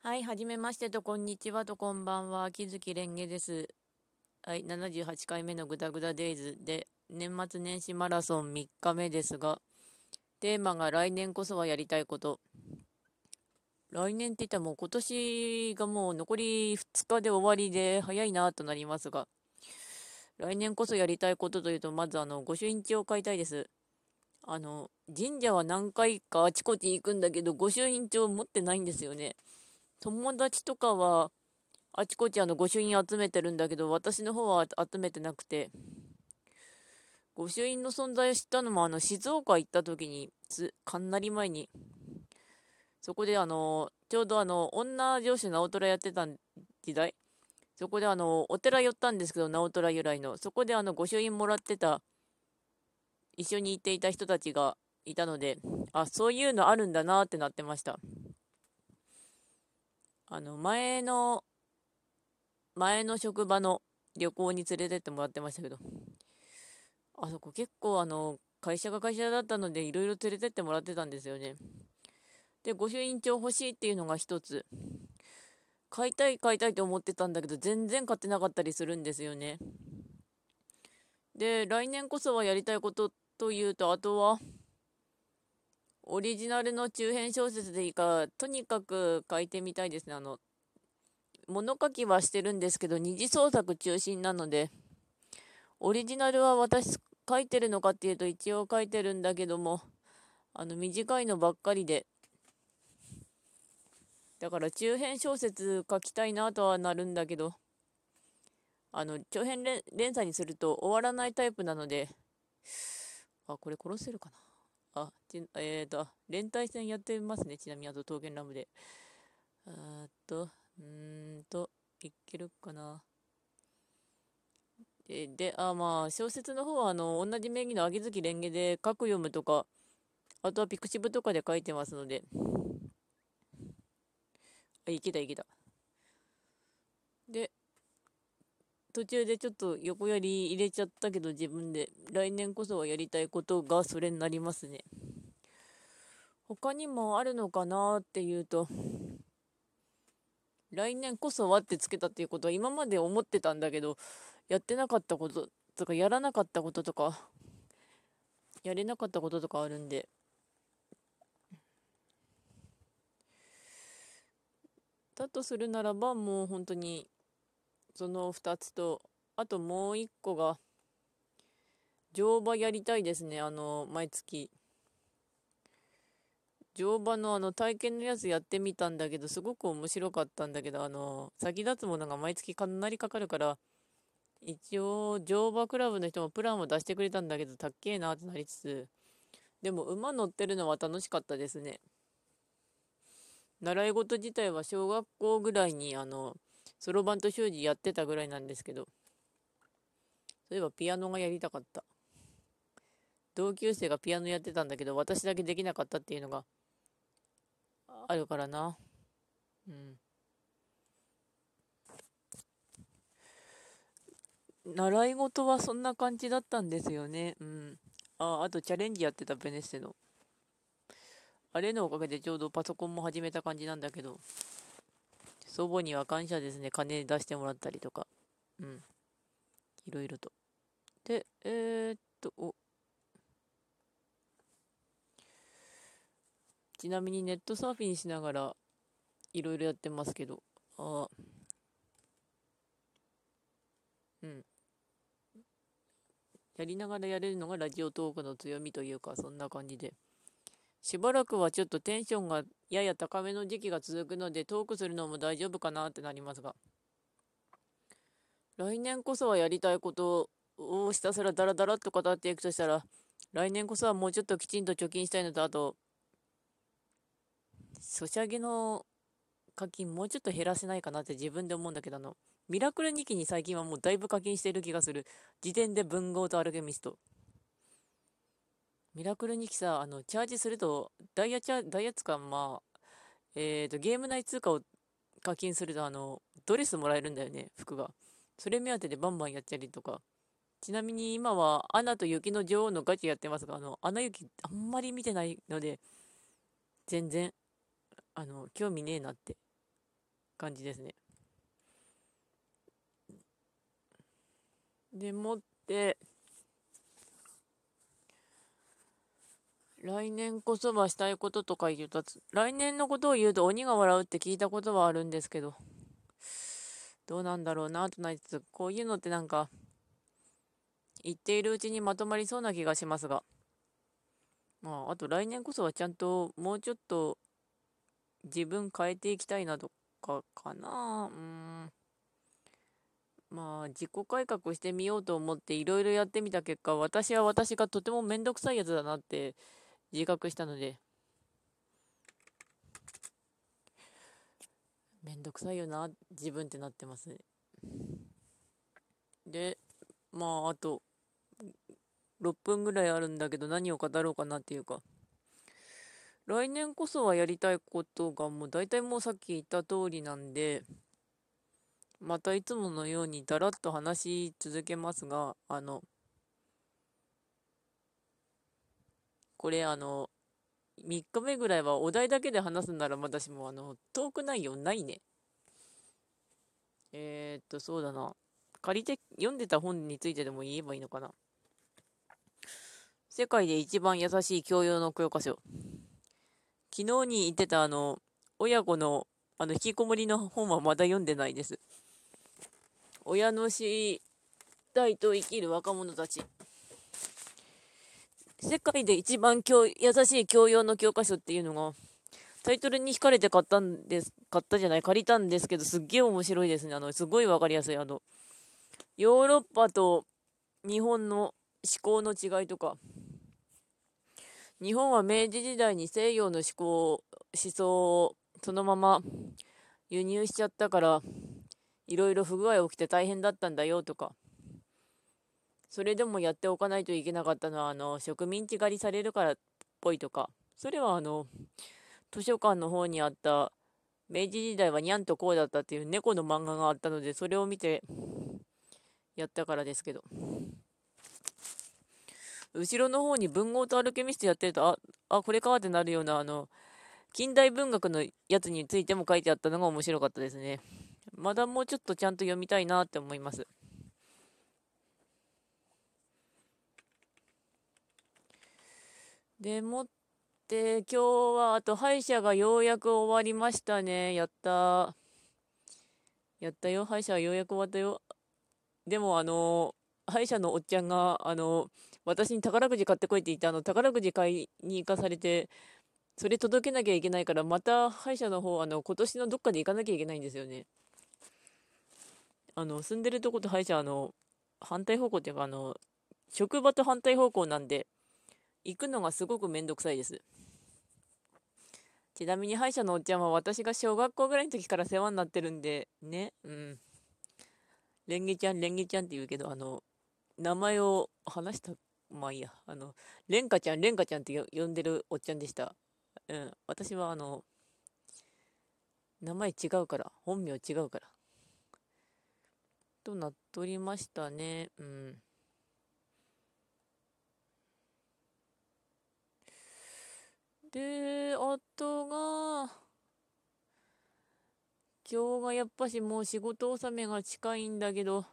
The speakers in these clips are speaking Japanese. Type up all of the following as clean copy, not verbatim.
はい、はじめましてと、こんにちはと、こんばんは。木月蓮華です。はい、78回目のグダグダデイズで、年末年始マラソン3日目ですが、テーマが来年こそはやりたいこと。来年って言ったらもう今年がもう残り2日で終わりで早いなとなりますが、来年こそやりたいことというと、まず御朱印帳を買いたいです。神社は何回かあちこち行くんだけど、御朱印帳持ってないんですよね。友達とかは、あちこち御朱印集めてるんだけど、私の方は集めてなくて、御朱印の存在を知ったのも、静岡行った時に、かなり前に、そこでちょうど女城主直虎やってた時代、そこでお寺寄ったんですけど、直虎由来の、そこで御朱印もらってた、一緒に行っていた人たちがいたので、あ、そういうのあるんだなってなってました。前の職場の旅行に連れてってもらってましたけど、あそこ結構会社が会社だったのでいろいろ連れてってもらってたんですよね。で、御朱印帳欲しいっていうのが一つ。買いたいと思ってたんだけど、全然買ってなかったりするんですよね。で、来年こそはやりたいことというと、あとは、オリジナルの中編小説でいいから、とにかく書いてみたいですね。物書きはしてるんですけど、二次創作中心なので、オリジナルは私書いてるのかっていうと一応書いてるんだけども、短いのばっかりで、だから中編小説書きたいなとはなるんだけど、長編連載にすると終わらないタイプなので、あ、これ殺せるかな。連帯戦やってますね。ちなみに、あと、刀剣乱舞で。あーっと、うーんと、いけるかな。まあ、小説の方は、同じ名義の秋月蓮華で、書く読むとか、あとはピクシブとかで書いてますので、あ、いけたいけた。で、途中でちょっと横やり入れちゃったけど自分で来年こそはやりたいことがそれになりますね。他にもあるのかなっていうと、来年こそはってつけたっていうことは今まで思ってたんだけど、やってなかったこととかやらなかったこととか、やれなかったこととかあるんで、だとするならばもう本当にその2つと、あともう1個が乗馬やりたいですね。毎月。乗馬の体験のやつやってみたんだけど、すごく面白かったんだけど、先立つものが毎月かなりかかるから、一応、乗馬クラブの人もプランを出してくれたんだけど、たっけえなってなりつつ、でも馬乗ってるのは楽しかったですね。習い事自体は小学校ぐらいに、そろばんと習字やってたぐらいなんですけど、そういえばピアノがやりたかった。同級生がピアノやってたんだけど、私だけできなかったっていうのがあるからな。うん。習い事はそんな感じだったんですよね。うん。あとチャレンジやってたベネッセの。あれのおかげでちょうどパソコンも始めた感じなんだけど、祖母には感謝ですね。金出してもらったりとか。うん。いろいろと。で、ちなみにネットサーフィンしながらいろいろやってますけど、あ、うん。やりながらやれるのがラジオトークの強みというか、そんな感じで。しばらくはちょっとテンションがやや高めの時期が続くので、トークするのも大丈夫かなってなりますが、来年こそはやりたいことをひたすらダラダラっと語っていくとしたら、来年こそはもうちょっときちんと貯金したいのと、あと、ソシャゲの課金もうちょっと減らせないかなって自分で思うんだけど、ミラクル2期に最近はもうだいぶ課金してる気がする。時点で文豪とアルケミスト。ミラクル2期さ、チャージすると、ダイヤつか、まあ、ゲーム内通貨を課金すると、ドレスもらえるんだよね、服が。それ目当てでバンバンやったりとか。ちなみに今は、アナと雪の女王のガチやってますが、アナ雪あんまり見てないので、全然、興味ねえなって。 感じですね。でもって、来年こそはしたいこととか言うと、来年のことを言うと鬼が笑うって聞いたことはあるんですけど、どうなんだろうなとなりつつ、こういうのってなんか、言っているうちにまとまりそうな気がしますが、まあ、あと来年こそはちゃんともうちょっと自分変えていきたいなとかかな。まあ、自己改革してみようと思っていろいろやってみた結果、私は私がとてもめんどくさいやつだなって自覚したので、めんどくさいよな、自分ってなってますね。で、まあ、あと6分ぐらいあるんだけど何を語ろうかなっていうか、来年こそはやりたいことがもう大体もうさっき言った通りなんで、またいつものようにだらっと話し続けますが、これ3日目ぐらいはお題だけで話すんなら私もトーク内容ないね。そうだな。借りて読んでた本についてでも言えばいいのかな。世界で一番優しい教養の教科書。昨日に言ってた親子の引きこもりの本はまだ読んでないです。親の死代と生きる若者たち。世界で一番優しい教養の教科書っていうのが、タイトルに惹かれて買ったじゃない、借りたんですけど、すっげえ面白いですね。すごいわかりやすい。ヨーロッパと日本の思考の違いとか、日本は明治時代に西洋の思想をそのまま輸入しちゃったから、いろいろ不具合起きて大変だったんだよとか、それでもやっておかないといけなかったのは、植民地狩りされるからっぽいとか、それは図書館の方にあった明治時代はにゃんとこうだったっていう猫の漫画があったので、それを見てやったからですけど、後ろの方に文豪とアルケミストやってると、これかってなるような、近代文学のやつについても書いてあったのが面白かったですね。まだもうちょっとちゃんと読みたいなって思います。でもって、今日は、あと歯医者がようやく終わりましたね。やった。やったよ。歯医者はようやく終わったよ。でも、歯医者のおっちゃんが、私に宝くじ買ってこいって言って、宝くじ買いに行かされて、それ届けなきゃいけないから、また歯医者の方、今年のどっかで行かなきゃいけないんですよね。住んでるとこと歯医者、反対方向っていうか、職場と反対方向なんで、行くのがすごくめんどくさいです。ちなみに歯医者のおっちゃんは私が小学校ぐらいの時から世話になってるんで、ね、うん。レンゲちゃん、レンゲちゃんって言うけど、名前を話した、まあいいや、レンカちゃん、レンカちゃんって呼んでるおっちゃんでした。うん。私は名前違うから、本名違うから。となっておりましたね。うん。で、あとが、今日がやっぱしもう仕事納めが近いんだけど、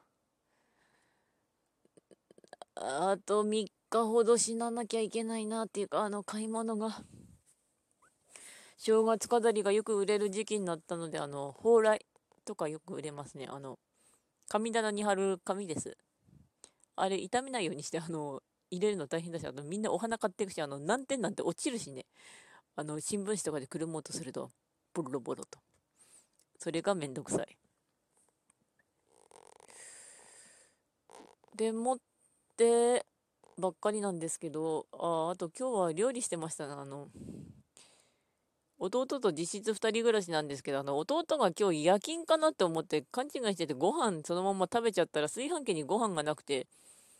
あと3日ほど死ななきゃいけないなっていうか、買い物が、正月飾りがよく売れる時期になったので、蓬莱とかよく売れますね。神棚に貼る紙です。あれ、傷めないようにして、入れるの大変だし、みんなお花買っていくし、難点なんて落ちるしね。新聞紙とかでくるもうとすると、ボロボロと。それがめんどくさい。でもってばっかりなんですけど、あと今日は料理してましたね。弟と実質2人暮らしなんですけど、弟が今日夜勤かなって思って勘違いしててご飯そのまま食べちゃったら炊飯器にご飯がなくて、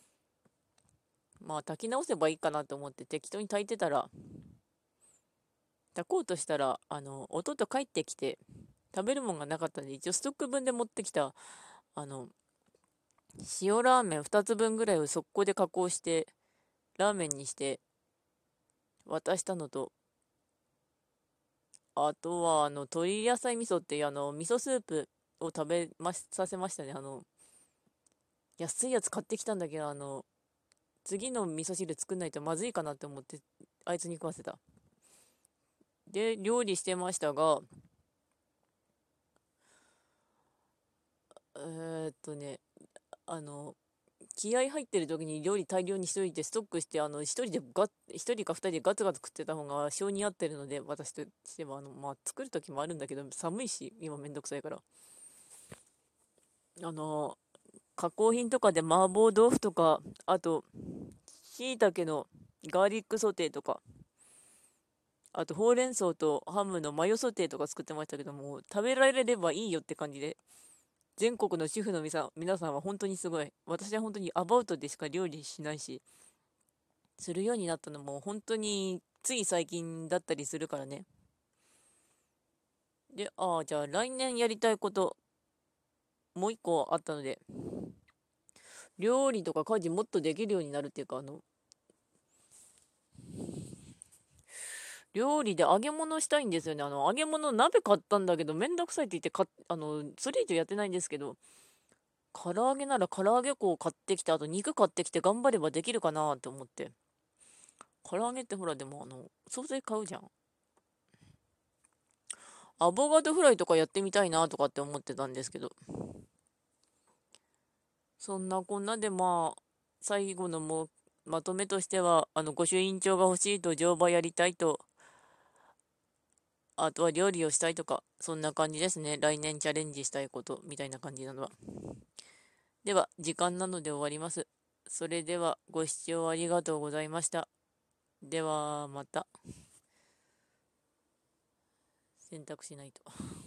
まあ炊き直せばいいかなと思って適当に炊いてたら、炊こうとしたら、弟帰ってきて食べるもんがなかったんで、一応ストック分で持ってきた、あの、塩ラーメン2つ分ぐらいを速攻で加工して、ラーメンにして渡したのと、 あとは、鶏野菜味噌っていう、味噌スープをさせましたね。安いやつ買ってきたんだけど、次の味噌汁作んないとまずいかなって思って、あいつに食わせた。で、料理してましたが、えーっとね、あの、気合入ってる時に料理大量にしといてストックして、一人か二人でガツガツ食ってた方が性に合ってるので、私としては、まあ、作る時もあるんだけど、寒いし、今めんどくさいから。あの、加工品とかで麻婆豆腐とか、あと、椎茸のガーリックソテーとか、あと、ほうれん草とハムのマヨソテーとか作ってましたけども、食べられればいいよって感じで、全国の主婦の皆さんは本当にすごい。私は本当にアバウトでしか料理しないし、するようになったのも本当につい最近だったりするからね。で、じゃあ来年やりたいこと、もう一個あったので、料理とか家事もっとできるようになるっていうか、料理で揚げ物したいんですよね。揚げ物鍋買ったんだけど、めんどくさいって言ってそれ以上やってないんですけど、唐揚げなら唐揚げ粉を買ってきて、あと肉買ってきて頑張ればできるかなって思って。唐揚げってほら、でも惣菜買うじゃん。アボカドフライとかやってみたいなとかって思ってたんですけど、そんなこんなで最後のまとめとしては、御朱印帳が欲しいと乗馬やりたいと、あとは料理をしたいとか、そんな感じですね。来年チャレンジしたいことみたいな感じなのは。では、時間なので終わります。それでは、ご視聴ありがとうございました。では、また選択しないと。